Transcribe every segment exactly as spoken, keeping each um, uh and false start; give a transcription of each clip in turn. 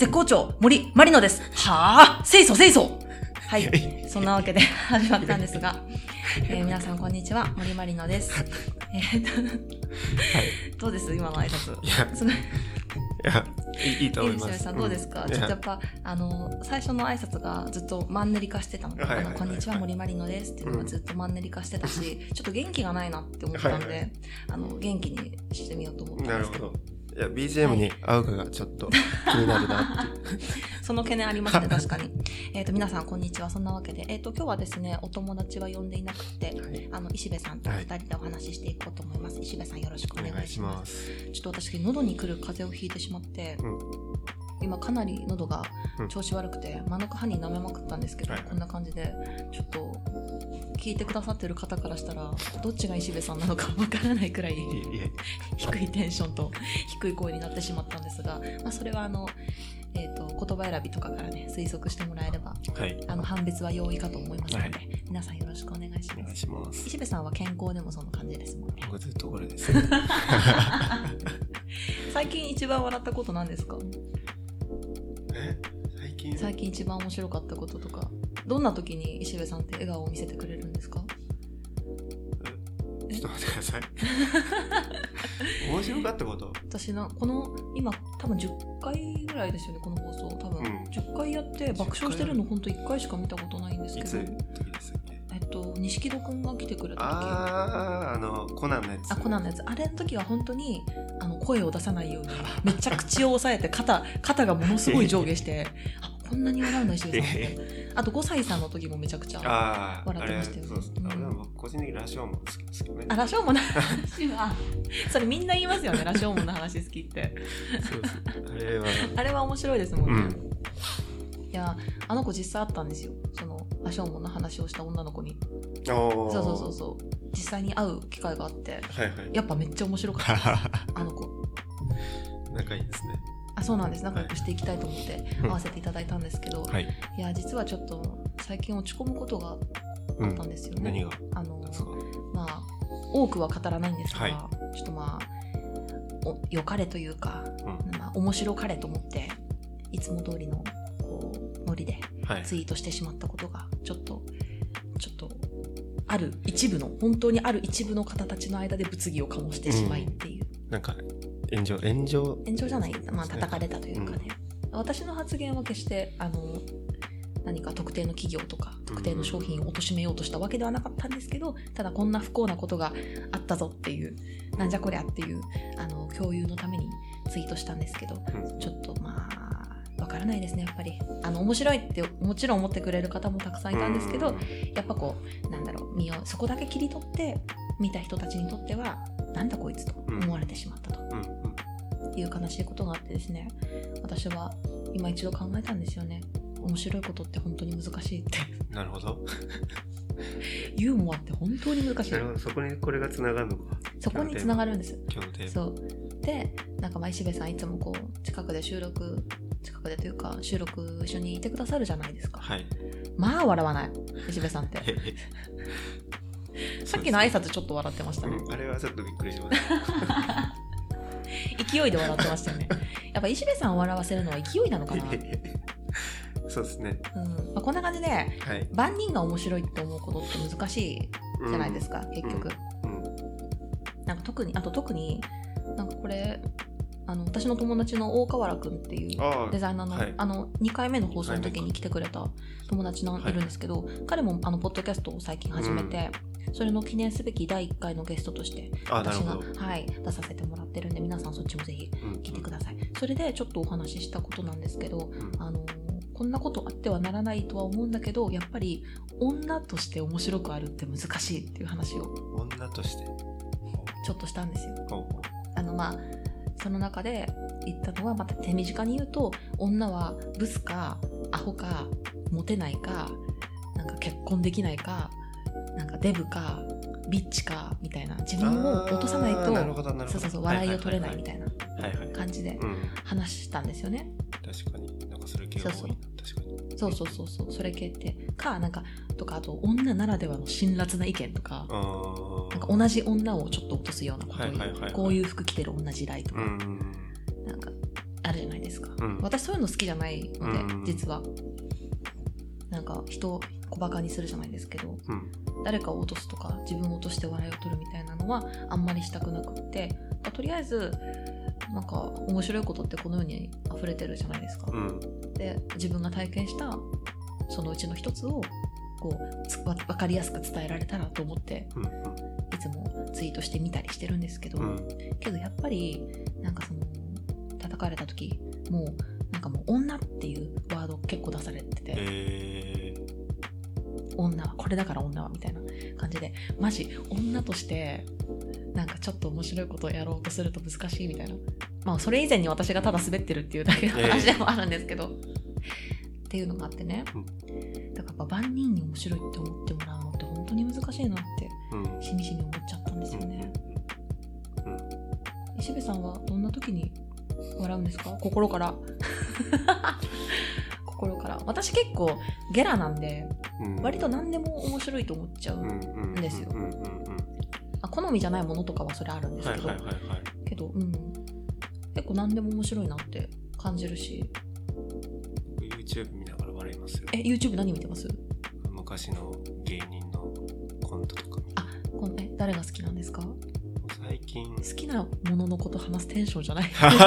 絶好調森マリノです。はあ、清楚清楚。はい、そんなわけで始まったんですが、えー、皆さんこんにちは、森マリノです。えーと、はい、どうです今の挨拶？ いや、 そのいやいいと思います。 石部さんどうですか？うん、ちょっとやっぱあの最初の挨拶がずっとマンネリ化してたので、はいはいはいはい、あのこんにちは森マリノですっていうのがずっとマンネリ化してたし、うん、ちょっと元気がないなって思ったんで、はいはい、あの元気にしてみようと思ったんですけど。 なるほど。いや ビージーエム に合うかがちょっと気になるなっていうその懸念ありますね、確かに。えっと皆さんこんにちは。そんなわけで、えっと今日はですね、お友達は呼んでいなくて、はい、あの石部さんとふたりでお話ししていこうと思います。はい、石部さんよろしくお願いします。お願いします。ちょっと私喉に来る風邪をひいてしまって、うん、今かなり喉が調子悪くて、うん、マヌカハニー舐めまくったんですけど、はい、こんな感じでちょっと聞いてくださってる方からしたらどっちが石部さんなのかわからないくらい低いテンションと低い声になってしまったんですが、まあ、それはあの、えーと、言葉選びとかからね推測してもらえれば、はい、あの判別は容易かと思いますので、はい、皆さんよろしくお願いします。お願いします。石部さんは健康でもそんな感じですもんね。 僕ずっとこれですね最近一番笑ったこと何ですか？ え最近最近一番面白かったこととか、どんな時に石部さんって笑顔を見せてくれるんですか？ ちょっと待ってください面白かったこと、 私のこの今多分じゅっかいぐらいですよね、この放送多分、うん、じゅっかいやって爆笑してるのほんといっかいしか見たことないんですけど。 いつ時ですっけ？ えっと錦戸くんが来てくれた時、 あああのコナンのやつ、 あコナンのやつ、あれの時は本当にあの声を出さないようにめっちゃ口を押さえて肩肩がものすごい上下してあこんなに笑うの石部さんってあとごさいさんの時もめちゃくちゃ笑ってましたよね。 そうそう、うん、あれは個人的にラショーモン好きですけどね。 あラショーモンの話はそれみんな言いますよねラショーモンの話好きってそうそうあれはあれは面白いですもんね、うん、いやあの子実際あったんですよ、そのラショーモンの話をした女の子に。そうそうそうそう実際に会う機会があって、はいはい、やっぱめっちゃ面白かったですあの子仲いいですね。 あそうなんです、仲良くしていきたいと思って会わせていただいたんですけど、はい、いや実はちょっと最近落ち込むことがあったんですよね、うん、 何があのまあ多くは語らないんですが、はい、ちょっとまあお良かれというか、うんまあ、面白かれと思っていつも通りのこうノリでツイートしてしまったことがちょっとちょっとある一部の本当にある一部の方たちの間で物議を醸してしまいっていう、 うん、なんか炎上炎上炎上じゃない、まあ叩かれたというかね、うん、私の発言は決してあの何か特定の企業とか特定の商品を貶めようとしたわけではなかったんですけど、ただこんな不幸なことがあったぞっていう、なんじゃこりゃっていうあの共有のためにツイートしたんですけど、うん、ちょっとまあわからないですね、やっぱりあの面白いってもちろん思ってくれる方もたくさんいたんですけど、やっぱこうなんだろう、身をそこだけ切り取って見た人たちにとってはなんだこいつと思われてしまったと、うん、いう悲しいことがあってですね、私は今一度考えたんですよね。面白いことって本当に難しいって。 なるほどユーモアって本当に難しい。 なるほど、そこにこれがつながるのか。 そこにつながるんです。 今日のテーマ。 そうで、なんかまあ石部さんいつもこう近くで収録近くでというか収録一緒にいてくださるじゃないですか。はい。まあ笑わない石部さんってさっきの挨拶ちょっと笑ってましたね、 うん、あれはちょっとびっくりしました勢いで笑ってましたよね。やっぱ石部さんを笑わせるのは勢いなのかなそうですね、 うんまあ、こんな感じで、はい、万人が面白いって思うことって難しいじゃないですか、うん、結局、うんうん、なんか特にあと特になんかこれあの私の友達の大河原くんっていうデザイナーの、あ、はい、あのにかいめの放送の時に来てくれた友達がいるんですけど、はい、彼もあのポッドキャストを最近始めて、うん、それの記念すべきだいいっかいのゲストとして私が、はい、出させてもらってるんで、皆さんそっちもぜひ聞いてください、うんうん、それでちょっとお話ししたことなんですけど、うん、あのこんなことあってはならないとは思うんだけど、やっぱり女として面白くあるって難しいっていう話を女としてちょっとしたんですよ。あのまあその中で言ったのは、また手短に言うと、女はブスかアホかモテないかなんか結婚できないかなんかデブかビッチかみたいな、自分を落とさないとそうそうそう笑いを取れないみたいな感じで話したんですよね。 確かになんかそれ系が多いな。確かにそうそうそうそう、それ系ってかなんかとか、あと女ならではの辛辣な意見とか、なんか同じ女をちょっと落とすようなことを、はいはいはいはい、こういう服着てる女地雷とか、うんなんかあるじゃないですか、 うん、 私そういうの好きじゃないので、うん、実はなんか人を小バカにするじゃないですけど、うん、誰かを落とすとか自分を落として笑いを取るみたいなのはあんまりしたくなくって、とりあえずなんか面白いことってこの世に溢れてるじゃないですか、うん、で自分が体験したそのうちの一つをこうわ分かりやすく伝えられたらと思って、うんうん、いつもツイートしてみたりしてるんですけど、うん、けどやっぱりなんかその叩かれた時もうなんかもう女っていうワード結構出されてて、えー、女はこれだから女はみたいな感じで、マジ女としてなんかちょっと面白いことをやろうとすると難しいみたいな、まあそれ以前に私がただ滑ってるっていうだけの話でもあるんですけど、えー、っていうのがあってね、うん、だからやっぱ万人に面白いって思ってもらうのって本当に難しいなって、うん、しみしみ思っちゃったんですよね、うんうん、石部さんはどんな時に笑うんですか？心から心から。私結構ゲラなんで、うん、割と何でも面白いと思っちゃうんですよ。好みじゃないものとかはそれあるんですけど、はいはいはいはい、けど、うん、結構何でも面白いなって感じるし。 YouTube 見ながら笑いますよ。 え、YouTube 何見てます？ 昔の芸人のコントとか見て。 あ、このえ誰が好きなんですか？ 最近好きなもののこと話すテンションじゃない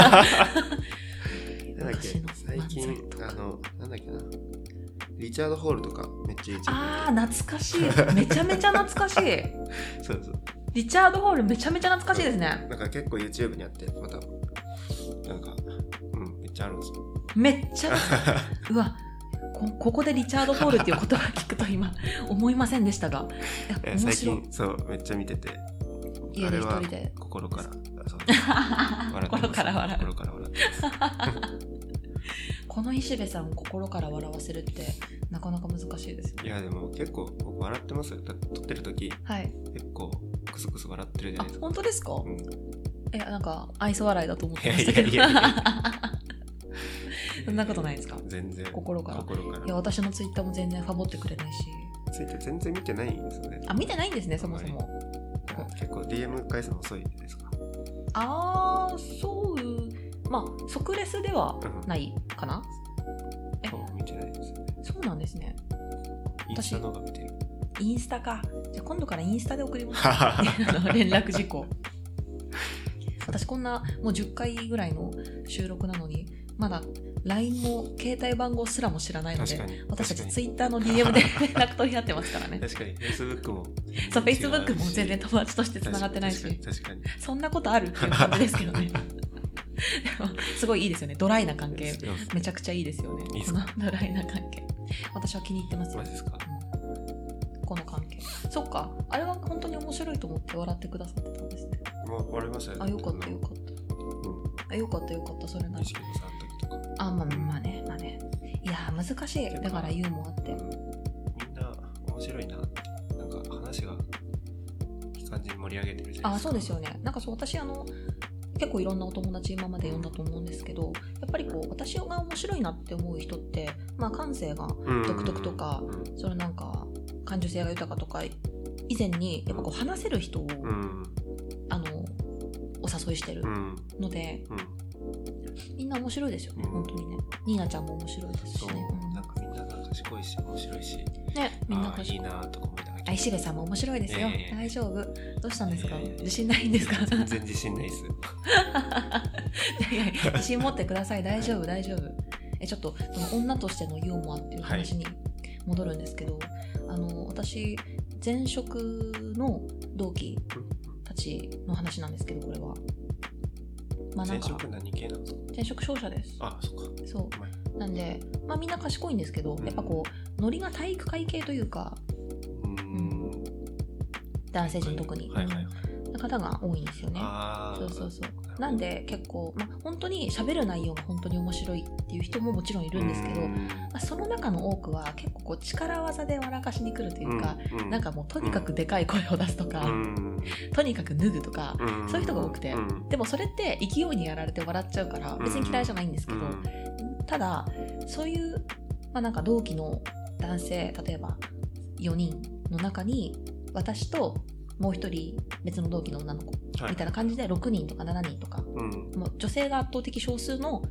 なんだっけ最近あのなんだっけなリチャード・ホールとかめっちゃ YouTube あー懐かしいめちゃめちゃ懐かしいそうそうリチャード・ホールめちゃめちゃ懐かしいですね。 なんか結構 YouTube にあってまたなんかうんめっちゃあるんですよ。 めっちゃうわ こ, ここでリチャード・ホールっていう言葉聞くと今思いませんでしたがいや最近そうめっちゃ見てて家で一人で心からそう心から笑う心から笑ってますこの石部さんを心から笑わせるってなかなか難しいですよ。 いやでも結構僕笑ってますよ。撮ってる時、はい、結構クスクス笑ってるじゃないですか。 あ、本当ですか？うん、いやなんか愛想笑いだと思ってましたけど。いやいやいやいやそんなことないですか？ 全然心から。 心から。 いや私のツイッターも全然ファボってくれないし。 ツイッター全然見てないんですよね。 あ、見てないんですねそもそも。 結構 ディーエム 返すの遅いですか？ ああ、そうまあ即レスではないかな。 うん、そう見てないですね。 そうなんですね。 インスタの方が見てる。 インスタか。じゃあ今度からインスタで送ります、ね、連絡事項。私こんなもうじゅっかいぐらいの収録なのにまだ ライン も携帯番号すらも知らないので、私たち Twitter の ディーエム で連絡取り合ってますからね。 確かに Facebook もそう Facebook も全然友達としてつながってないし、 確かに確かにそんなことあるっていう感じですけどね。でもすごいいいですよね。ドライな関係めちゃくちゃいいですよね。いいこのドライな関係私は気に入ってますよ。 マジですか？ うん、この関係。そっか、あれは本当に面白いと思って笑ってくださってたんですね。 もう笑いましたよ。 あ、よかったよかった、うん、あ、よかったよかった。それなら西木さんの時とかあ、まあまあねまあねいや難しい。だからユーモアって、うん、 みんな面白いなって、なんか話がいい感じに盛り上げてるじゃないですか。 あ、そうですよね。なんかそう私あの結構いろんなお友達今まで呼んだと思うんですけど、やっぱりこう私が面白いなって思う人って、まあ、感性が独特とか、それなんか感受性が豊かとか以前にやっぱこう話せる人を、うん、あのお誘いしてるので、うんうん、みんな面白いですよね、うん、本当にね。ニーナちゃんも面白いですしね。 うん、なんかみんなが賢いし面白いし、 ね、みんな賢い。 いいなとか思いながら。 石部さんも面白いですよ、えー、大丈夫。どうしたんですか？ えー、 自信ないんですか？ 全然自信ないですいやいや自信持ってください。大丈夫大丈夫。えちょっとその女としてのユーモアっていう話に戻るんですけど、はい、あの私前職の同期たちの話なんですけど、これは、まあ、なんか前職何系なんですか？ 前職商社です。 あ、そっか。 そうなんで、まあ、みんな賢いんですけど、うん、やっぱこうノリが体育会系というか、うん、男性陣特に、はいはいはい、の方が多いんですよね。そうそうそう。なんで結構、まあ、本当に喋る内容が本当に面白いっていう人ももちろんいるんですけど、まあ、その中の多くは結構こう力技で笑かしに来るというか、うん、なんかもうとにかくでかい声を出すとか、うん、とにかく脱ぐとか、うん、そういう人が多くて、うん、でもそれって勢いにやられて笑っちゃうから別に嫌いじゃないんですけど、うん、ただそういう、まあ、なんか同期の男性例えばよにんの中に私ともう一人別の同期の女の子みたいな感じでろくにんとかしちにんとか、うん、もう女性が圧倒的少数の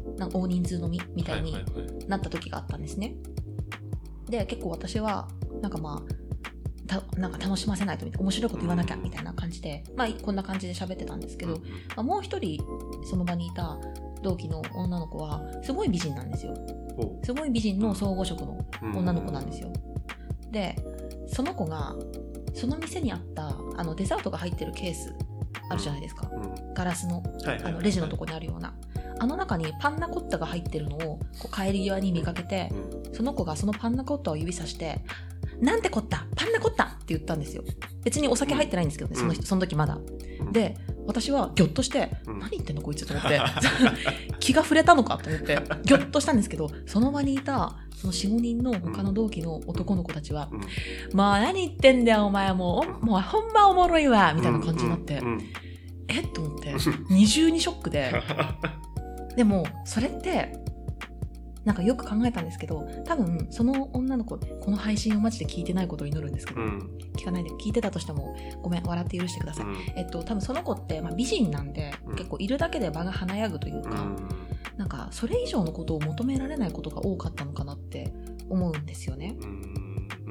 なんか大人数飲みみたいになった時があったんですね。で結構私はなんかまあたなんか楽しませないとみたいな、面白いこと言わなきゃみたいな感じで、まあこんな感じで喋ってたんですけど、まあ、もう一人その場にいた同期の女の子はすごい美人なんですよ。すごい美人の総合職の女の子なんですよ。でその子がその店にあったあのデザートが入ってるケースあるじゃないですか、ガラスの、あのレジのとこにあるような、あの中にパンナコッタが入ってるのをこう帰り際に見かけて、その子がそのパンナコッタを指さしてなんてこったパンナコッタって言ったんですよ。別にお酒入ってないんですけどね、その人その時まだで、私はギョッとして、うん、何言ってんのこいつと思って気が触れたのかと思ってギョッとしたんですけど、その場にいたその よん,ご 人の他の同期の男の子たちは、うん、まあ何言ってんだよお前もう、もうほんまおもろいわみたいな感じになって、うんうん、えっと思って二重にショックででもそれってなんかよく考えたんですけど、多分その女の子この配信をマジで聞いてないことを祈るんですけど、うん、聞かないで、聞いてたとしてもごめん笑って許してください、うん、えっと多分その子って、まあ、美人なんで、うん、結構いるだけで場が華やぐというか、うん、なんかそれ以上のことを求められないことが多かったのかなって思うんですよね、うん、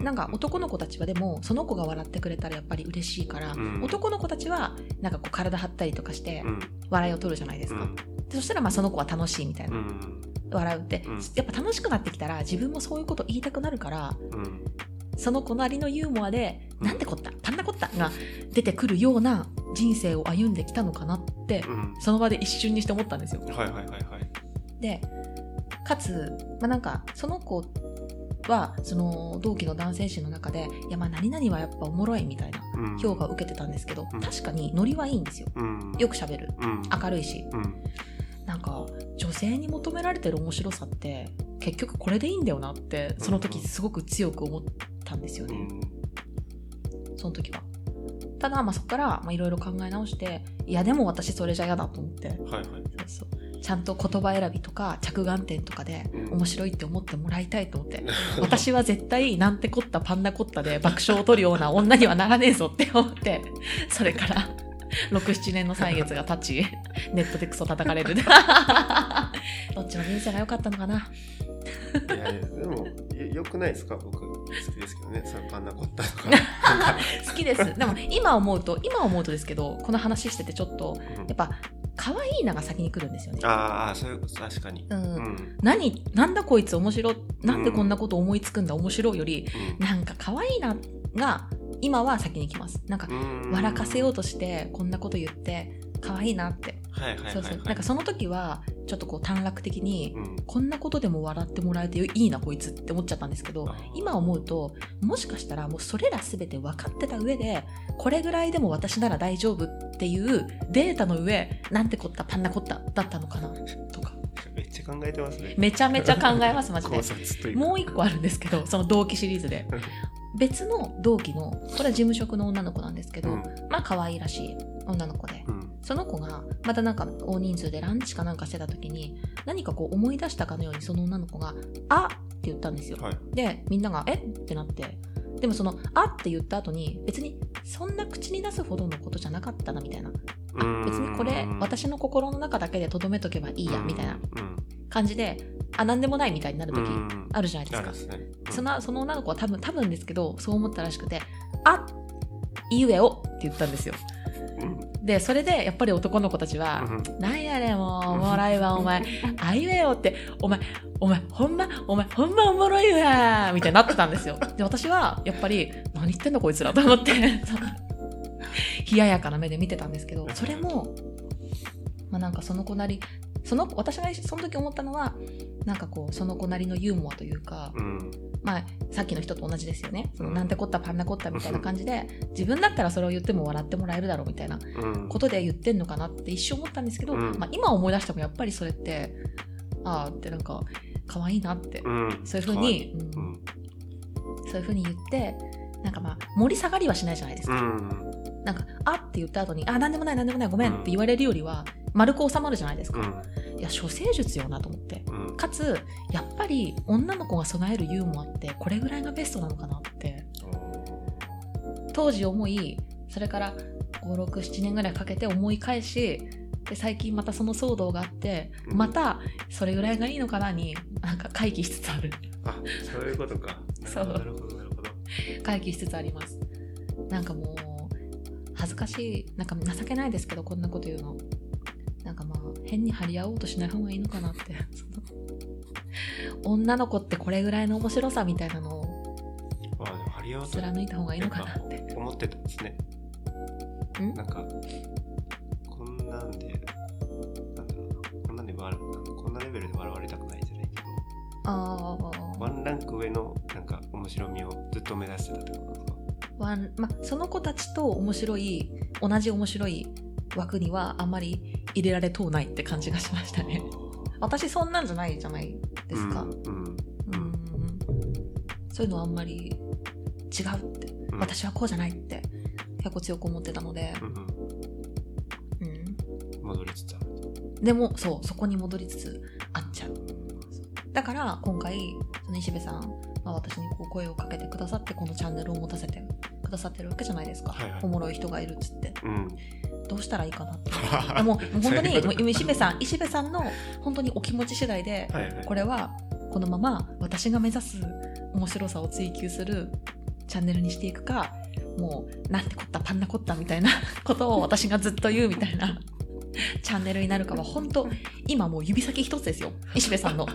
なんか男の子たちはでもその子が笑ってくれたらやっぱり嬉しいから、うん、男の子たちはなんかこう体張ったりとかして笑いを取るじゃないですか、うん、でそしたらまあその子は楽しいみたいな、うん笑うって、うん、やっぱ楽しくなってきたら自分もそういうこと言いたくなるから、うん、その子なりのユーモアで、うん、なんてこったパンナコッタが出てくるような人生を歩んできたのかなって、うん、その場で一瞬にして思ったんですよ。 はいはいはいはい。 でかつ、まあ、なんかその子はその同期の男性誌の中でいやまあ何々はやっぱおもろいみたいな評価を受けてたんですけど、うん、確かにノリはいいんですよ、うん、よく喋る、うん、明るいし、うんなんか女性に求められてる面白さって結局これでいいんだよなってその時すごく強く思ったんですよね、うん、その時は。ただまあそこからいろいろ考え直していやでも私それじゃ嫌だと思って、はいはい、そうそうちゃんと言葉選びとか着眼点とかで面白いって思ってもらいたいと思って、うん、私は絶対なんてこったパンナコッタで爆笑を取るような女にはならねえぞって思ってそれからろく、ななねんの歳月が経ちネットでクソ叩かれるどっちの人生が良かったのかな。 いやいやでもよくないですか、僕好きですけどね、そのパンナコッタとか好きです。でも今思うと今思うとですけど、この話しててちょっと、うん、やっぱ可愛いなが先に来るんですよね。 ああ、そういうこと確かに、 うんうん、何なんだこいつ面白なんでこんなこと思いつくんだ面白いより、うん、なんか可愛いなが今は先に来ます。なんか笑かせようとしてこんなこと言って可愛いなって、はいはいはいはい、そうそうなんかその時はちょっとこう短絡的に、うん、こんなことでも笑ってもらえていいなこいつって思っちゃったんですけど、今思うともしかしたらもうそれら全て分かってた上でこれぐらいでも私なら大丈夫っていうデータの上なんてこったパンナコッタだったのかなとかめっちゃ考えてますね。 めちゃめちゃ考えますマジで。もう一個あるんですけど、その同期シリーズで別の同期のこれは事務職の女の子なんですけど、うん、まあ可愛いらしい女の子で、うん、その子がまたなんか大人数でランチかなんかしてた時に何かこう思い出したかのようにその女の子があって言ったんですよ、はい、でみんながえってなって、でもそのあって言った後に別にそんな口に出すほどのことじゃなかったなみたいな、あ別にこれ私の心の中だけで留めとけばいいやみたいな感じで、あなんでもないみたいになる時あるじゃないですか、ねうん、そのその女の子は多分多分ですけどそう思ったらしくてあ言えよって言ったんですよ、うん、でそれでやっぱり男の子たちは、うん、なんやねんもうおもろいわお前あ言えよってお前お前ほんまお前ほんまおもろいわみたいになってたんですよ。で私はやっぱり何言ってんのこいつらと思って冷ややかな目で見てたんですけど、それもまあなんかその子なりその私がその時思ったのはなんかこうその子なりのユーモアというか、うん、まあさっきの人と同じですよね。そのなんてこったパンナこったみたいな感じで、うん、自分だったらそれを言っても笑ってもらえるだろうみたいなことで言ってんのかなって一瞬思ったんですけど、うん、まあ、今思い出してもやっぱりそれってあーってなんか可愛いなって、うん、そういう風に、うんうん、そういう風に言ってなんかまあ盛り下がりはしないじゃないですか、うん、なんかあって言った後にあなんでもないなんでもないごめんって言われるよりは丸く収まるじゃないですか、うん、いや処世術よなと思って、うん、かつやっぱり女の子が備えるユーモアってこれぐらいがベストなのかなって当時思い、それからご、ろく、ななねんぐらいかけて思い返しで最近またその騒動があって、 うん、 またそれぐらいがいいのかなになんか回帰しつつある。 あ、そういうことか。 そう、 なるほどなるほど。 回帰しつつあります。なんかもう恥ずかしい、なんか情けないですけどこんなこと言うの。なんかまあ変に張り合おうとしない方がいいのかなって。女の子ってこれぐらいの面白さみたいなのを貫いた方がいいのかなって思ってたんですね。んなんかこんなんでなんだろうな、こんなんで笑こんなレベルで笑われたくないじゃないけど、あワンランク上のなんか面白みをずっと目指してたってことですか。 ワン、ま、その子たちと面白い同じ面白い枠にはあんまり入れられとうないって感じがしましたね。私そんなんじゃないじゃないですか、うんうんうん、そういうのはあんまり違うって、うん、私はこうじゃないって結構強く思ってたので、うんうんうん、戻りつつある。 でもそうそこに戻りつつあっちゃう。だから今回その石部さん、まあ、私にこう声をかけてくださってこのチャンネルを持たせてくださってるわけじゃないですか、はいはい、おもろい人がいるっつって、うん、どうしたらいいかなってでももう本当にもう石部さん石部さんの本当にお気持ち次第で、はいはい、これはこのまま私が目指す面白さを追求するチャンネルにしていくか、もうなんてこったパンナコッタみたいなことを私がずっと言うみたいなチャンネルになるかは本当今もう指先一つですよ、石部さんの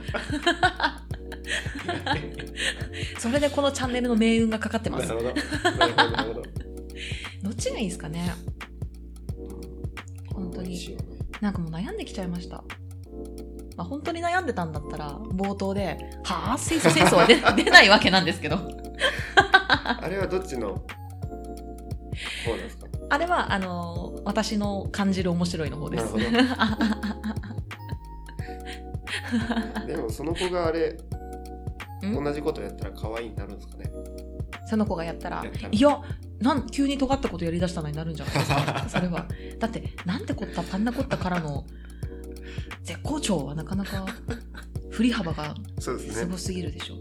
それでこのチャンネルの命運がかかってます。なるほどなるほどなるほどどっちがいいですかね、うん、本当になんかもう悩んできちゃいました。まあ、本当に悩んでたんだったら冒頭ではぁ水素戦争は 出, 出ないわけなんですけどあれはどっちの方ですか。 あれはあの私の感じる面白いの方です。なるほどでもその子があれ同じことやったら可愛いになるんですかね。 その子がやったら、やったらいやなん急に尖ったことやりだしたのになるんじゃないですかそれはだってなんてこったパンナコッタからの絶好調はなかなか振り幅がすごすぎるでしょ。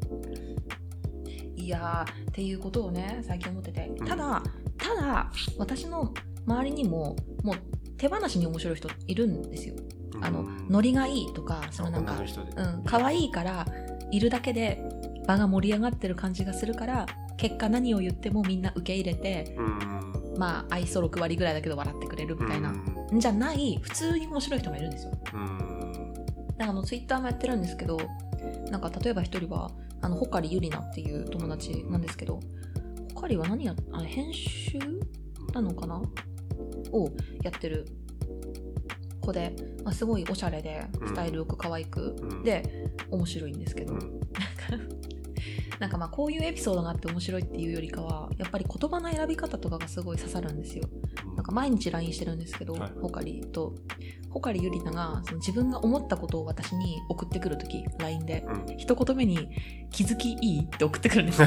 いやーっていうことをね最近思ってて、ただただ私の周りにももう手放しに面白い人いるんですよ。あのノリがいいとかそのなんかうん可愛いからいるだけで場が盛り上がってる感じがするから、結果何を言ってもみんな受け入れて、まあ愛想ろく割ぐらいだけど笑ってくれるみたいな、んじゃない普通に面白い人もいるんですよ。なんかあのツイッターもやってるんですけど、なんか例えば一人はあのホカリユリナっていう友達なんですけど、ホカリは何やあ編集なのかなをやってる子で、まあ、すごいおしゃれでスタイルよく可愛く、うん、で面白いんですけど、うん、なんかまあこういうエピソードがあって面白いっていうよりかはやっぱり言葉の選び方とかがすごい刺さるんですよ。なんか毎日 ライン してるんですけど、はい、ホカリとホカリユリナがその自分が思ったことを私に送ってくるとき ライン で、うん、一言目に気づきいいって送ってくるんですよ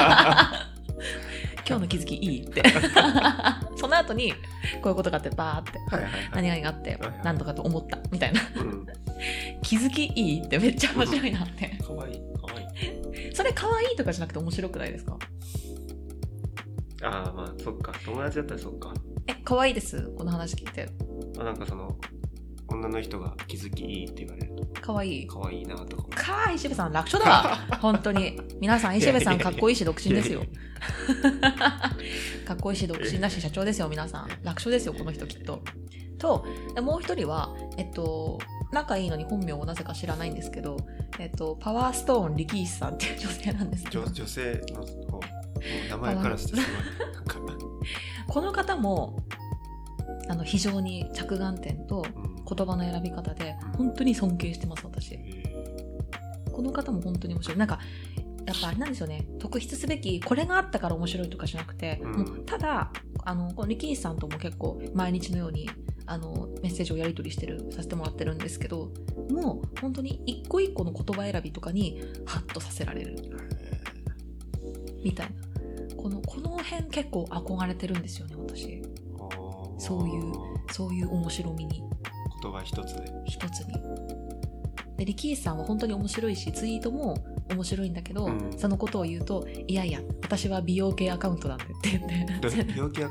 今日の気づきいいってその後にこういうことがあってバーって、はいはいはい、何々があって、はいはい、何とかと思ったみたいな、うん、気づきいいってめっちゃ面白いなってかわいいかわいい。 それかわいいとかじゃなくて面白くないですか。 ああまあそっか、友達だったらそっか。 えかわいいですこの話聞いて。 あなんかその女の人が気づきいいって言われるとかわいいかわいいなとか。 かー石部さん楽勝だわ本当に皆さん石部さんかっこいいし独身ですよかっこいいし独身だし社長ですよ皆さん。楽勝ですよこの人きっと。ともう一人はえっと仲いいのに本名をなぜか知らないんですけど、えっとパワーストーン力石さんっていう女性なんですけど、 女性の名前からしてすごいこの方もあの非常に着眼点と言葉の選び方で本当に尊敬してます私。この方も本当に面白い。なんかやっぱあれなんですよね、特筆すべきこれがあったから面白いとかじゃなくて、うん、もうただあのこの力石さんとも結構毎日のようにあのメッセージをやり取りしてるさせてもらってるんですけど、もう本当に一個一個の言葉選びとかにハッとさせられるみたいな、このこの辺結構憧れてるんですよね私。そういうそういう面白みに、 言葉一つで一つにで力石さんは本当に面白いしツイートも面白いんだけど、うん、そのことを言うといやいや私は美容系アカウントなんでって言って美容系アカウント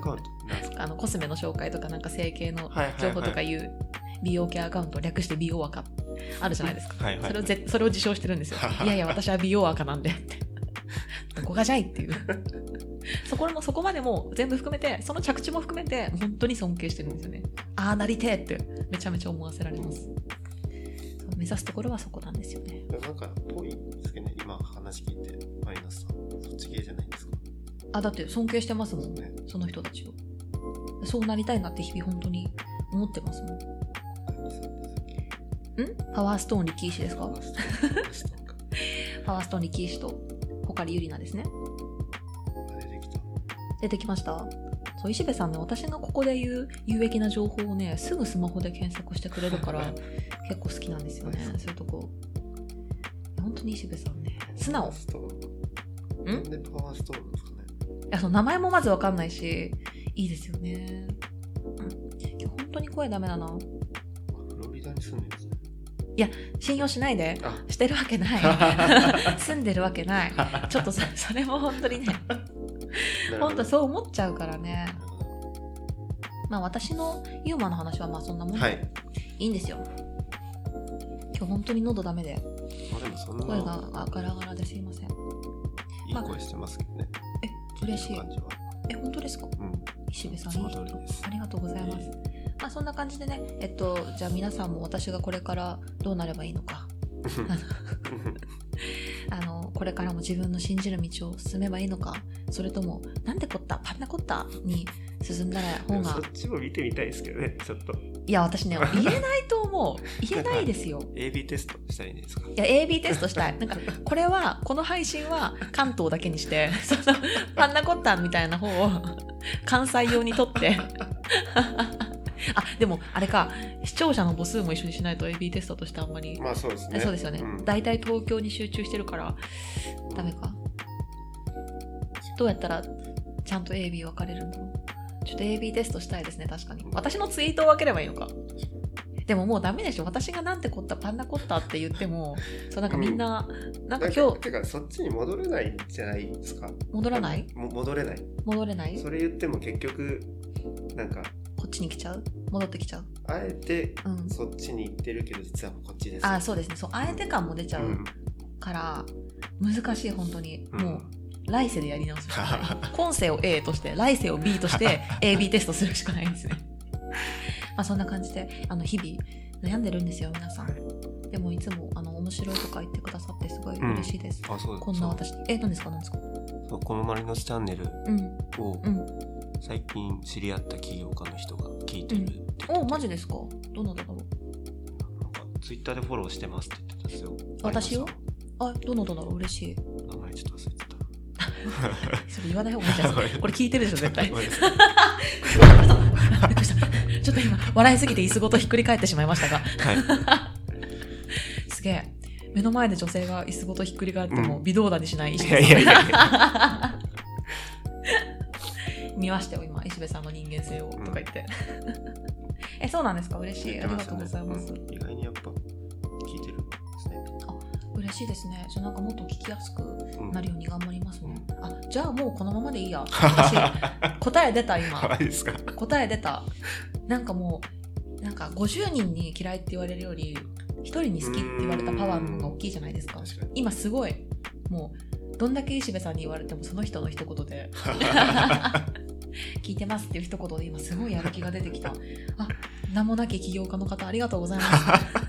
あのコスメの紹介とかなんか整形の情報とかいう美容系アカウント、略して美容赤あるじゃないですか。はいはいはい、それをぜそれを自称してるんですよ。いやいや私は美容赤なんでってどこがじゃいっていうそこもそこまでも全部含めて、その着地も含めて本当に尊敬してるんですよね。ああなりてえってめちゃめちゃ思わせられます。目指すところはそこなんですよね。 なんかぽいんですけどね、今話聞いて。マイナスさんそっち系じゃないんですか。 あ、だって尊敬してますもんね、その人たちを。そうなりたいなって日々本当に思ってますもん。んパワーストーン力石ですか。パワーストーン力石と穂刈ゆりなですね。 出てきた。 出てきました。そう石部さんね、私がここで言う有益な情報をねすぐスマホで検索してくれるから結構好きなんですよね。そういうとこ本当に石部さんね素直。 んなんでパワーストーンですかね。 いやその名前もまず分かんないしいいですよね。うん、今日本当に声ダメだな。 フロリダに住んでるんですね。 いや信用しないで。してるわけない住んでるわけない。ちょっと そ, それも本当にね本当そう思っちゃうからね。まあ私のユーモアの話はまあそんなもんで、はい、いいんですよ。今日本当に喉ダメで、 あでもそんな声がガラガラですいません。 いい声してますけどね。まあ、 え嬉しい。え本当ですか。うん、石部さんいい人ありがとうございます。まあそんな感じでね、えっとじゃあ皆さんも私がこれからどうなればいいのかあのこれからも自分の信じる道を進めばいいのか、それともなんでこったパンナコッタに進んだら方が。 そっちも見てみたいですけどねちょっと。 いや私ね言えないと思う言えないですよエービー テストしたいんですか。 いや エービー テストしたい。なんかこれはこの配信は関東だけにしてそのパンナコッタみたいな方を関西用に撮ってあでもあれか視聴者の母数も一緒にしないと エービー テストとしてあんまり。 まあそうですね。 そうですよね、うん、大体東京に集中してるからダメか。どうやったらちゃんと エービー 分かれるんだろう。ちょっと エービー テストしたいですね。確かに私のツイートを分ければいいのか。でももうダメでしょ。私がなんてこったパンナコッタって言ってもそうなんかみんな、うん、なんか今日てかそっちに戻れないんじゃないですか。 戻らない戻れない戻れないそれ言っても結局なんかこっちに来ちゃう戻ってきちゃう。 あえてそっちに行ってるけど実はこっちです、 うん、あそうですね。そうあえて感も出ちゃうから難しい本当に、うん、もう来世でやり直すしかない。今世を A として来世を B として エービー テストするしかないんですねまあそんな感じであの日々悩んでるんですよ皆さん。でもいつもあの面白いとか言ってくださってすごい嬉しいです、うん、あそうです。こんな私え何ですか何ですか。 そうこのマリノスチャンネルを最近知り合った起業家の人が聞いてるって言ってて、 うん、おマジですか。どなただろう。 なんかツイッターでフォローしてますって言ってたんですよ。 私をあどなただろう。嬉しい。 名前ちょっと忘れてたそれ言わない方がいいじゃん。これ聞いてるでしょ絶対ちょっと今笑いすぎて椅子ごとひっくり返ってしまいましたが、はい、すげえ目の前で女性が椅子ごとひっくり返っても微動だにしない石部さん、うん、いやいやいや見ましたよ今石部さんの人間性を、うん、とか言ってえそうなんですか。嬉しい、ね、ありがとうございます、うん、 意外にやっぱ聞いてるんですね。 あ嬉しいですね。じゃあなんかもっと聞きやすくなるように頑張りますね、うん、あじゃあもうこのままでいいや私答え出た今ですか。 答え出た。なんかもうなんかごじゅうにんに嫌いって言われるよりひとりに好きって言われたパワーの方が大きいじゃないですか。確かに今すごいもうどんだけ石部さんに言われてもその人の一言で聞いてますっていう一言で今すごいやる気が出てきた。あ名もなき起業家の方ありがとうございます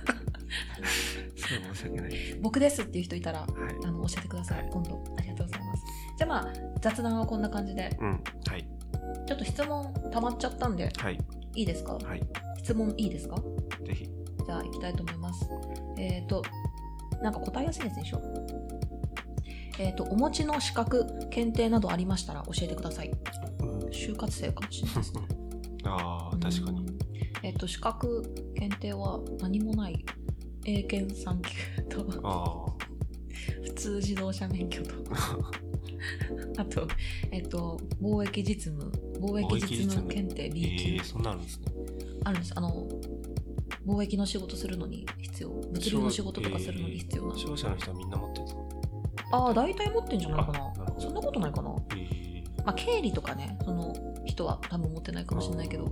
申し訳ないです。 僕ですっていう人いたら、はい、あの教えてください、はい、今度。ありがとうございます。じゃあまあ雑談はこんな感じで、 うんはい、 ちょっと質問溜まっちゃったんで、はい、いいですか、はい、質問いいですか。 ぜひ。 じゃあ行きたいと思います。えっ、ー、となんか答えやすいやつでしょ。えっ、ー、とお持ちの資格検定などありましたら教えてください、うん、就活生かもしれないですねああ確かに。 えっ、ー、と資格検定は何もない英検さん級とあ普通自動車免許とあと、えっと、貿易実務貿易実務検定 ビー級、 えー、そんなあるんですね。 あるんです。あの貿易の仕事するのに必要、物流の仕事とかするのに必要な、 えー、商社の人はみんな持ってるんですか。 ああ大体持ってんじゃないかな。そんなことないかな、えーまあ、経理とかねその人は多分持ってないかもしれないけど、うん、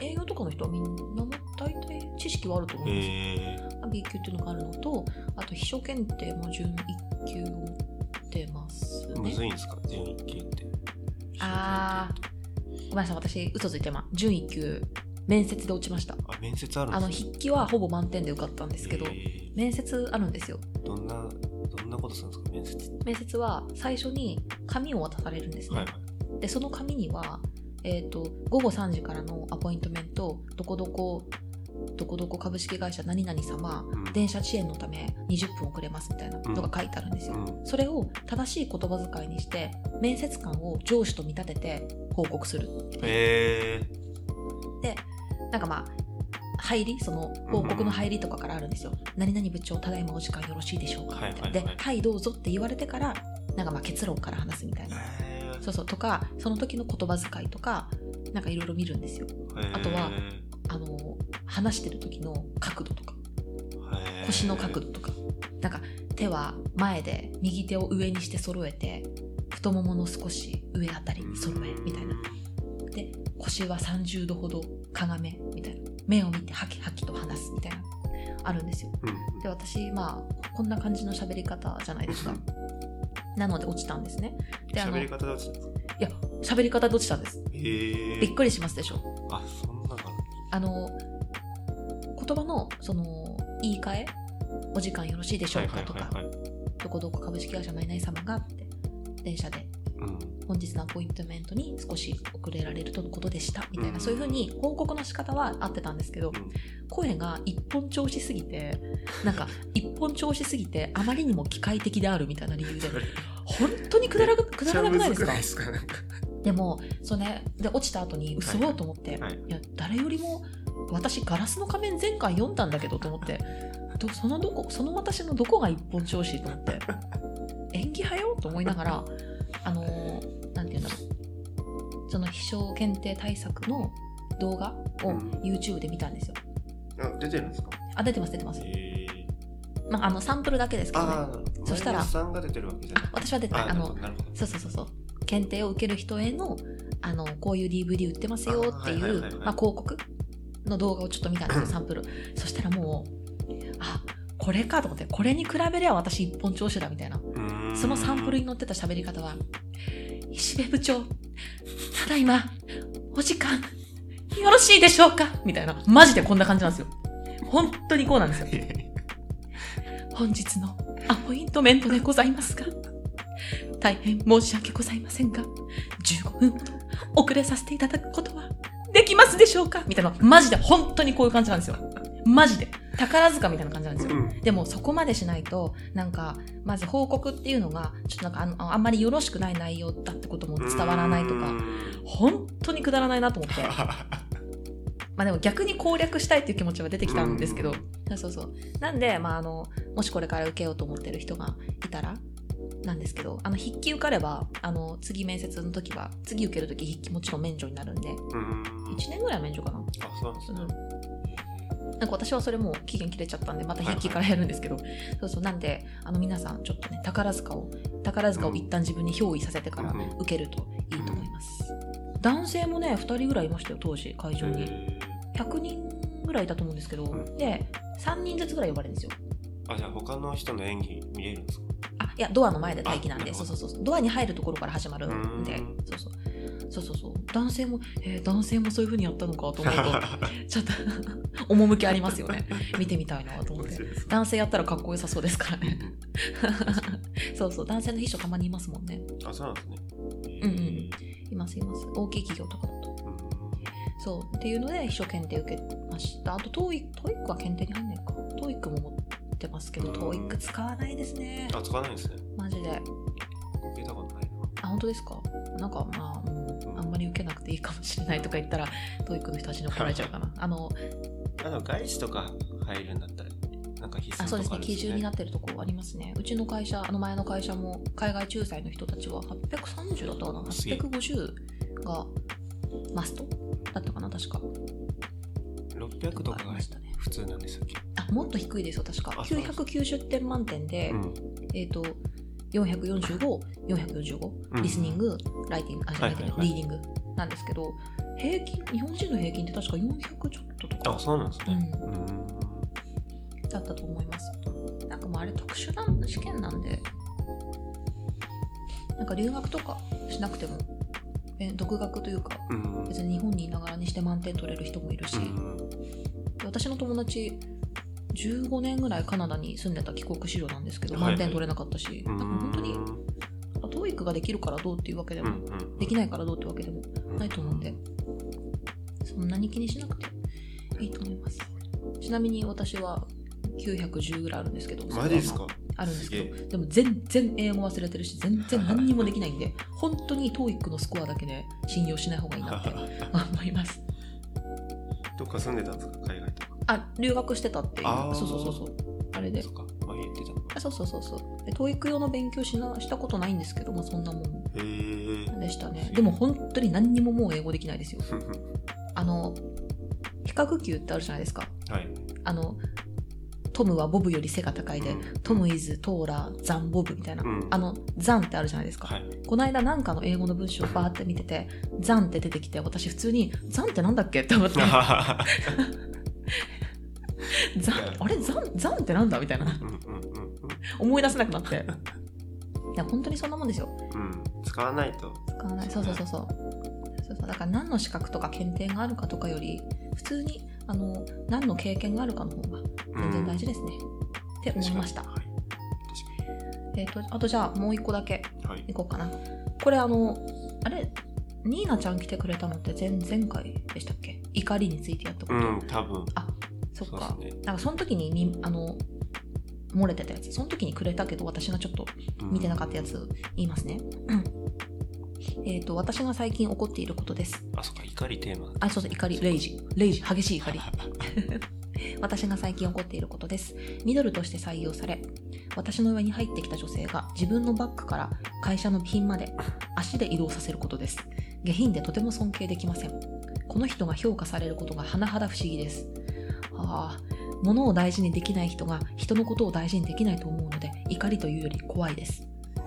営業とかの人はみんなも大体知識はあると思います。えー、B 級っていうのがあるのと、あと秘書検定も準いっ級を持ってますね。 むずいんですか準いっ級って。 あー、ごめんなさい、私嘘ついてます。準いっ級面接で落ちました。 あ、面接あるんですか。 あの筆記はほぼ満点で受かったんですけど、えー、面接あるんですよ。 どんなどんなことするんですか面接。 面接は最初に紙を渡されるんですね。はいはい、でその紙には、えーと、ごごさんじからのアポイントメント、どこどこどこどこ株式会社何々様、うん、電車遅延のためにじゅっぷん遅れますみたいなのが書いてあるんですよ、うん、それを正しい言葉遣いにして面接官を上司と見立てて報告する。 へー。でなんかまあ入り、その報告の入りとかからあるんですよ、うん、何々部長ただいまお時間よろしいでしょうか、はいはいはい、ではいどうぞって言われてからなんかまあ結論から話すみたいな、そうそうとか、その時の言葉遣いとかなんかいろいろ見るんですよ。あとはあの話してる時の角度とか腰の角度とか、なんか手は前で右手を上にして揃えて太ももの少し上あたりに揃えみたいな、で腰はさんじゅうどほどかがめみたいな、目を見てハキハキと話すみたいなあるんですよ、うん、で私まあこんな感じの喋り方じゃないですかなので落ちたんですね。で喋り方で落ちたんですか。 いや喋り方で落ちたんです。 へー、 びっくりしますでしょ。 あ、そんなのあの言葉のその言い換え、お時間よろしいでしょうかとか、はいはいはいはい、どこどこ株式会社何々様がって電車で、うん、本日のアポイントメントに少し遅れられるとのことでしたみたいな、うん、そういう風に報告の仕方は合ってたんですけど、うん、声が一本調子すぎてなんか一本調子すぎてあまりにも機械的であるみたいな理由で本当にくだらくだらなくないですか。 ですかなんかでもそれで落ちた後に嘘をと思って、はいはい、いや誰よりも私ガラスの仮面前回読んだんだけどと思ってどそのどこその私のどこが一本調子と思って演技派よと思いながら、あのー、なんていうんだろう、その秘書検定対策の動画を YouTube で見たんですよ、 うん、あ出てるんですか。 あ出てます出てます、えーまあ、あのサンプルだけですけどね。あそしたらさんが出てるわけじゃない。 あ私は出てない。あのそうそうそうそう検定を受ける人への、あのこういう ディーブイディー 売ってますよっていう、はいはいはいはい、まあ、広告の動画をちょっと見たんですよサンプルそしたらもうあこれかと思って、これに比べりゃ私一本調子だみたいな。そのサンプルに載ってた喋り方は、石部部長ただいまお時間よろしいでしょうかみたいな、マジでこんな感じなんですよ。本当にこうなんですよ本日のアポイントメントでございますが大変申し訳ございませんがじゅうごふんほど遅れさせていただくことはできますでしょうかみたいな、マジで本当にこういう感じなんですよ。マジで宝塚みたいな感じなんですよ、うん、でもそこまでしないとなんかまず報告っていうのがちょっとなんか あ, のあんまりよろしくない内容だってことも伝わらないとか、本当にくだらないなと思ってまあでも逆に攻略したいっていう気持ちは出てきたんですけど、そうそうそうなんで、まあ、あのもしこれから受けようと思ってる人がいたらなんですけど、あの筆記受かればあの次面接の時は次受ける時筆記もちろん免除になるんで、いちねんぐらい免除かな。あ、 そうですね、うんなんか私はそれもう期限切れちゃったんでまた筆記からやるんですけど、はいはい、そうそうなんであの皆さんちょっとね宝塚を宝塚を一旦自分に憑依させてから受けるといいと思います、うん、男性もねふたりぐらいいましたよ当時会場に。ひゃくにんぐらいいたと思うんですけど、うん、でさんにんずつぐらい呼ばれるんですよ。 あ、じゃあ他の人の演技見れるんですか。 あ、いやドアの前で待機なんで、そうそうそうドアに入るところから始まるんで、そうそうそうそうそう男性も、えー、男性もそういう風にやったのかと思うとちょっと趣ありますよね。見てみたいなと思って男性やったらかっこよさそうですからねそうそう男性の秘書たまにいますもんね。 あ、そうなんですね。 うんうんいますいます大きい企業とかだと、うん、そうっていうので秘書検定受けました。あと トーイック トーイックは検定に入んないか。 トーイック も持ってますけど トーイック 使わないですね。 あ、使わないですねマジで。 受けたことないな。 あ、本当ですか。なんかまあ、うん、あんまり受けなくていいかもしれないとか言ったら トーイック の人たちに怒られちゃうかなあのあの外資とか入るんだったらなんか必須とかあるんですね。あ、そうですね、基準になってるところありますね。うちの会社、あの前の会社も海外駐在の人たちははっぴゃくさんじゅうだったかな、はっぴゃくごじゅうがマストだったかな確か。 ろっぴゃくとかが普通なんですよ。 あ、もっと低いですよ確か。きゅうひゃくきゅうじゅってん満点で、うん、えっとよんひゃくよんじゅうご、よんひゃくよんじゅうご、リスニング、ライティング、あ、じゃないけど、リーディングなんですけど、平均、日本人の平均って確かよんひゃくちょっととか。 あ、そうなんですね。 うん。うんだったと思います。なんかもうあれ特殊な試験なんで、なんか留学とかしなくても、え独学というか、うん、別に日本にいながらにして満点取れる人もいるし、うん、私の友達じゅうごねんぐらいカナダに住んでた帰国子女なんですけど、満点取れなかったし、はいはい、なんか本当にトーイックができるからどうっていうわけでも、うんうん、できないからどうってわけでもないと思うんで、そんなに気にしなくていいと思います。ちなみに私はきゅうひゃくじゅうぐらいあるんですけど、 マジですか？ あるんですけど、でも全然英語忘れてるし、全然何にもできないんで、本当に トーイック のスコアだけで信用しない方がいいなって思います。 どっか住んでたんですか？海外とか。 あ、留学してたっていう。そうそうそうそう。あれで。 そうか。前言ってた。 あ、そうそうそうそう。で トーイック 用の勉強しなしたことないんですけど、まあそんなもんでしたね。でも本当に何にももう英語できないですよ。あの比較級ってあるじゃないですか。 はい。 あのトムはボブより背が高いで、うん、トムイズトーラザンボブみたいな、うん、あのザンってあるじゃないですか、はい、この間なんかの英語の文章をバーって見ててザンって出てきて、私普通にザンってなんだっけって思ってザンあれザンザンってなんだみたいな思い出せなくなって、いや本当にそんなもんですよ、 うん、使わないと使わない、そうそうそうそうそうそう、だから何の資格とか検定があるかとかより普通にあの何の経験があるかの方が全然大事ですね、うん、って思いました、はい、えーと、あとじゃあもう一個だけいこうかな、はい、これあのあれニーナちゃん来てくれたのって 前, 前回でしたっけ？怒りについてやったこと、 うん、多分あ、そっか、ね、なんかその時にみあの漏れてたやつ、その時にくれたけど私がちょっと見てなかったやつ言いますね、うん、えーと私が最近起こっていることです。 あ、そっか、怒りテーマ。 あ、そうそう、怒り、レイジ、レイジ、激しい怒り。私が最近起こっていることです。ミドルとして採用され、私の上に入ってきた女性が自分のバッグから会社の備品まで足で移動させることです。下品でとても尊敬できません。この人が評価されることが甚だ不思議です。ああ、物を大事にできない人が人のことを大事にできないと思うので、怒りというより怖いです。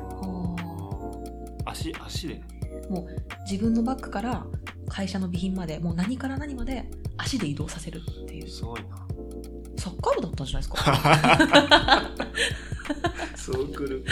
足、足でもう自分のバッグから会社の備品までもう何から何まで足で移動させるっていう。 すごいな。 サッカー部だったんじゃないですか。 そうくるか。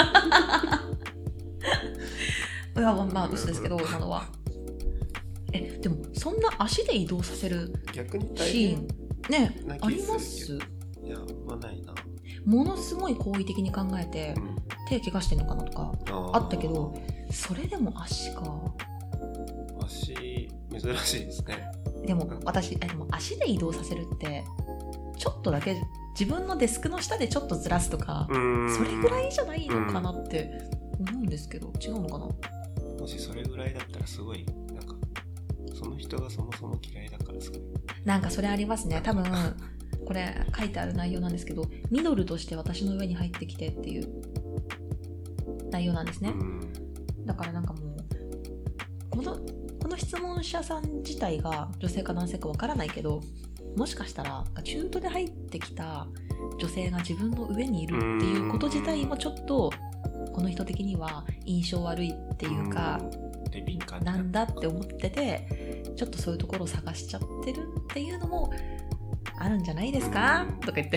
いやまあ嘘ですけど今のは。えでもそんな足で移動させるシーンねあります？ いやまあないな。 ものすごい好意的に考えて、うん、手怪我してんのかなとか あ, あったけど。それでも足か。 足珍しいですね。 でも私でも足で移動させるってちょっとだけ自分のデスクの下でちょっとずらすとかそれぐらいじゃないのかなって思うんですけど、違うのかな。 もしそれぐらいだったらすごいなんかその人がそもそも嫌いだからすごいなんかそれありますね。多分これ書いてある内容なんですけど、ミドルとして私の上に入ってきてっていう内容なんですね。うんだからなんかもうこの、この質問者さん自体が女性か男性かわからないけど、もしかしたら中途で入ってきた女性が自分の上にいるっていうこと自体もちょっとこの人的には印象悪いっていうか、 うなんだって思っててちょっとそういうところを探しちゃってるっていうのもあるんじゃないですかとか言って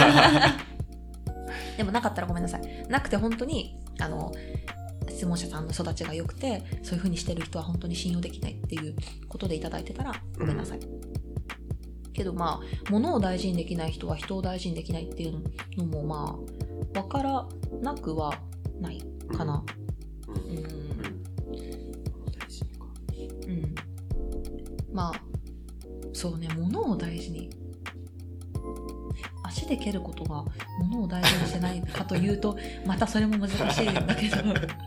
でもなかったらごめんなさい。なくて本当にあの質問者さんの育ちが良くてそういう風にしてる人は本当に信用できないっていうことでいただいてたらごめんなさい、うん、けどまあ物を大事にできない人は人を大事にできないっていうのもまあ分からなくはないかな。うん、うんうんうん、まあそうね、物を大事に足で蹴ることが物を大事にしてないかというとまたそれも難しいんだけど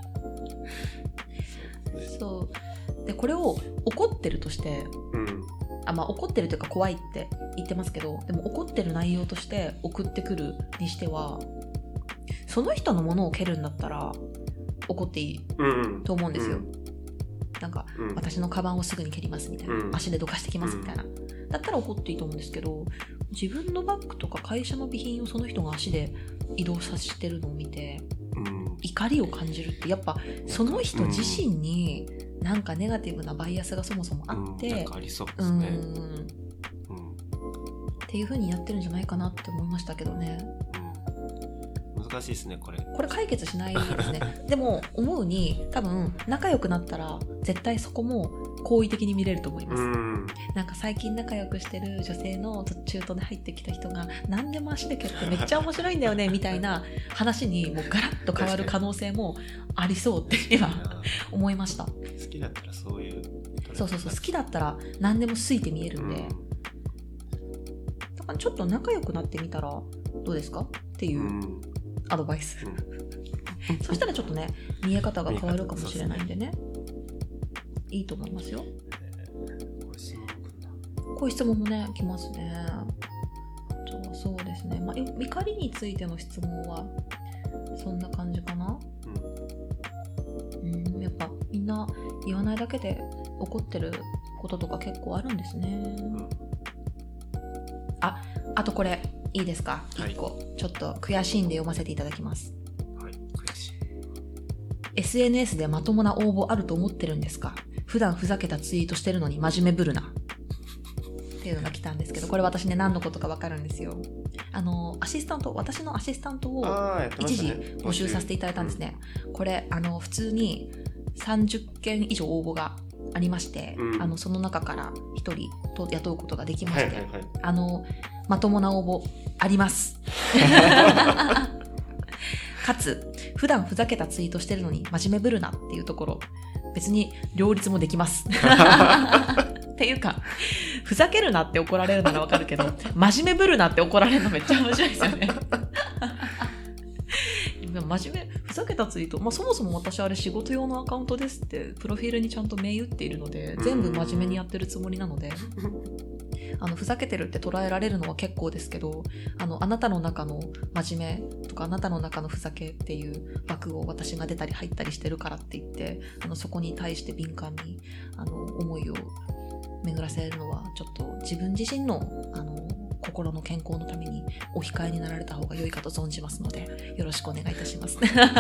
そうでこれを怒ってるとして、うん、あまあ怒ってるというか怖いって言ってますけど、でも怒ってる内容として送ってくるにしてはその人のものを蹴るんだったら怒っていいと思うんですよ、うんうん、なんか、うん、私のカバンをすぐに蹴りますみたいな、うん、足でどかしてきますみたいな、だったら怒っていいと思うんですけど、自分のバッグとか会社の備品をその人が足で移動させてるのを見てうん、怒りを感じるってやっぱその人自身になんかネガティブなバイアスがそもそもあって、うん、 なんかありそうですね、うんうん、っていう風にやってるんじゃないかなって思いましたけどね、 うん、難しいですねこれこれ解決しないですねでも思うに多分仲良くなったら絶対そこも好意的に見れると思います、うん、なんか最近仲良くしてる女性の中途で入ってきた人が何でも足で蹴ってめっちゃ面白いんだよねみたいな話にもうガラッと変わる可能性もありそうって今思いました。好きだったらそういうそうそうそう好きだったら何でも好いて見えるんで、うん、だからちょっと仲良くなってみたらどうですかっていうアドバイス、うん、そしたらちょっとね見え方が変わるかもしれないんでねいいと思いますよ。こういう質問もね来ますね。あとはそうですね、まあ、怒りについての質問はそんな感じかな、うん、うんやっぱみんな言わないだけで怒ってることとか結構あるんですね、うん、あ、あとこれいいですか、はい、いっこちょっと悔しいんで読ませていただきます、 はい、悔しい。 エスエヌエス でまともな応募あると思ってるんですか？普段ふざけたツイートしてるのに真面目ぶるなっていうのが来たんですけど、これ私ね何のことか分かるんですよ。あのアシスタント私のアシスタントを一時募集させていただいたんですね。これあの普通にさんじゅっけん以上応募がありまして、うん、あのその中からひとりと雇うことができまして、はいはいはい、あのまともな応募ありますかつ普段ふざけたツイートしてるのに真面目ぶるなっていうところ別に両立もできますっていうかふざけるなって怒られるならわかるけど真面目ぶるなって怒られるのめっちゃ面白いですよね真面目ふざけたツイート、まあ、そもそも私あれ仕事用のアカウントですってプロフィールにちゃんと銘打っているので全部真面目にやってるつもりなのであのふざけてるって捉えられるのは結構ですけど、あのあなたの中の真面目とかあなたの中のふざけっていう枠を私が出たり入ったりしてるからって言ってあのそこに対して敏感にあの思いを巡らせるのはちょっと自分自身のあの心の健康のためにお控えになられた方が良いかと存じますのでよろしくお願いいたします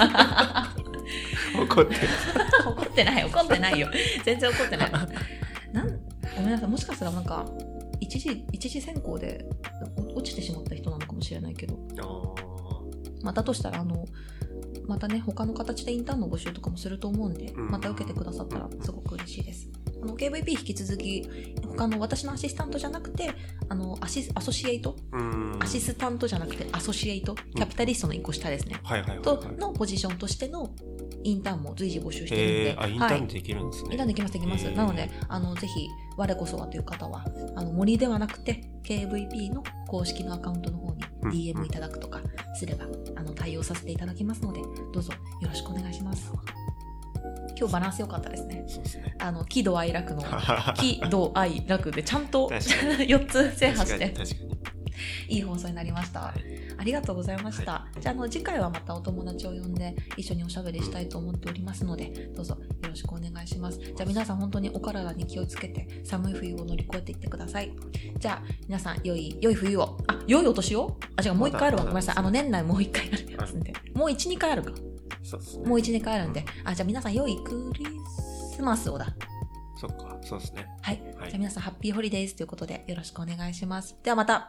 怒って怒ってない怒ってないよ全然怒ってないなんごめんなさい、もしかしたらなんか一次一次選考で落ちてしまった人なのかもしれないけど、またとしたらあのまたね他の形でインターンの募集とかもすると思うんで、また受けてくださったらすごく嬉しいです。あの ケーブイピー 引き続き他の私のアシスタントじゃなくてあのアシアソシエイトアシスタントじゃなくてアソシエイトキャピタリストの一個下ですね、はいはいはいはい、とのポジションとしてのインターンも随時募集しているので、 えー、あインターンできるんですね、はい、 インターンできますできます、えー、なのであのぜひ我こそはという方はあの森ではなくて ケーブイピー の公式のアカウントの方に ディーエム いただくとかすれば、うんうん、あの対応させていただきますのでどうぞよろしくお願いします。今日バランス良かったですね。 そうですね。 あの喜怒哀楽の喜怒哀楽でちゃんとよっつ制覇して確かにいい放送になりました、はい、ありがとうございました、はい、じゃあ、あの次回はまたお友達を呼んで一緒におしゃべりしたいと思っておりますのでどうぞよろしくお願いします。じゃあ皆さん本当にお体に気をつけて寒い冬を乗り越えていってください。じゃあ皆さん良い良い冬をあ良いお年をあ違うもう一回あるわごめんなさいあの年内もう一回ありますんでもういち、にかいあるかそうですね、 もういち、にかいあるんであじゃあ皆さん良いクリスマスをだそっかそうですねはい、はい、じゃあ皆さんハッピーホリデーズということでよろしくお願いします。ではまた。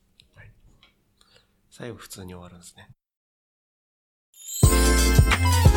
最後普通に終わるんですね。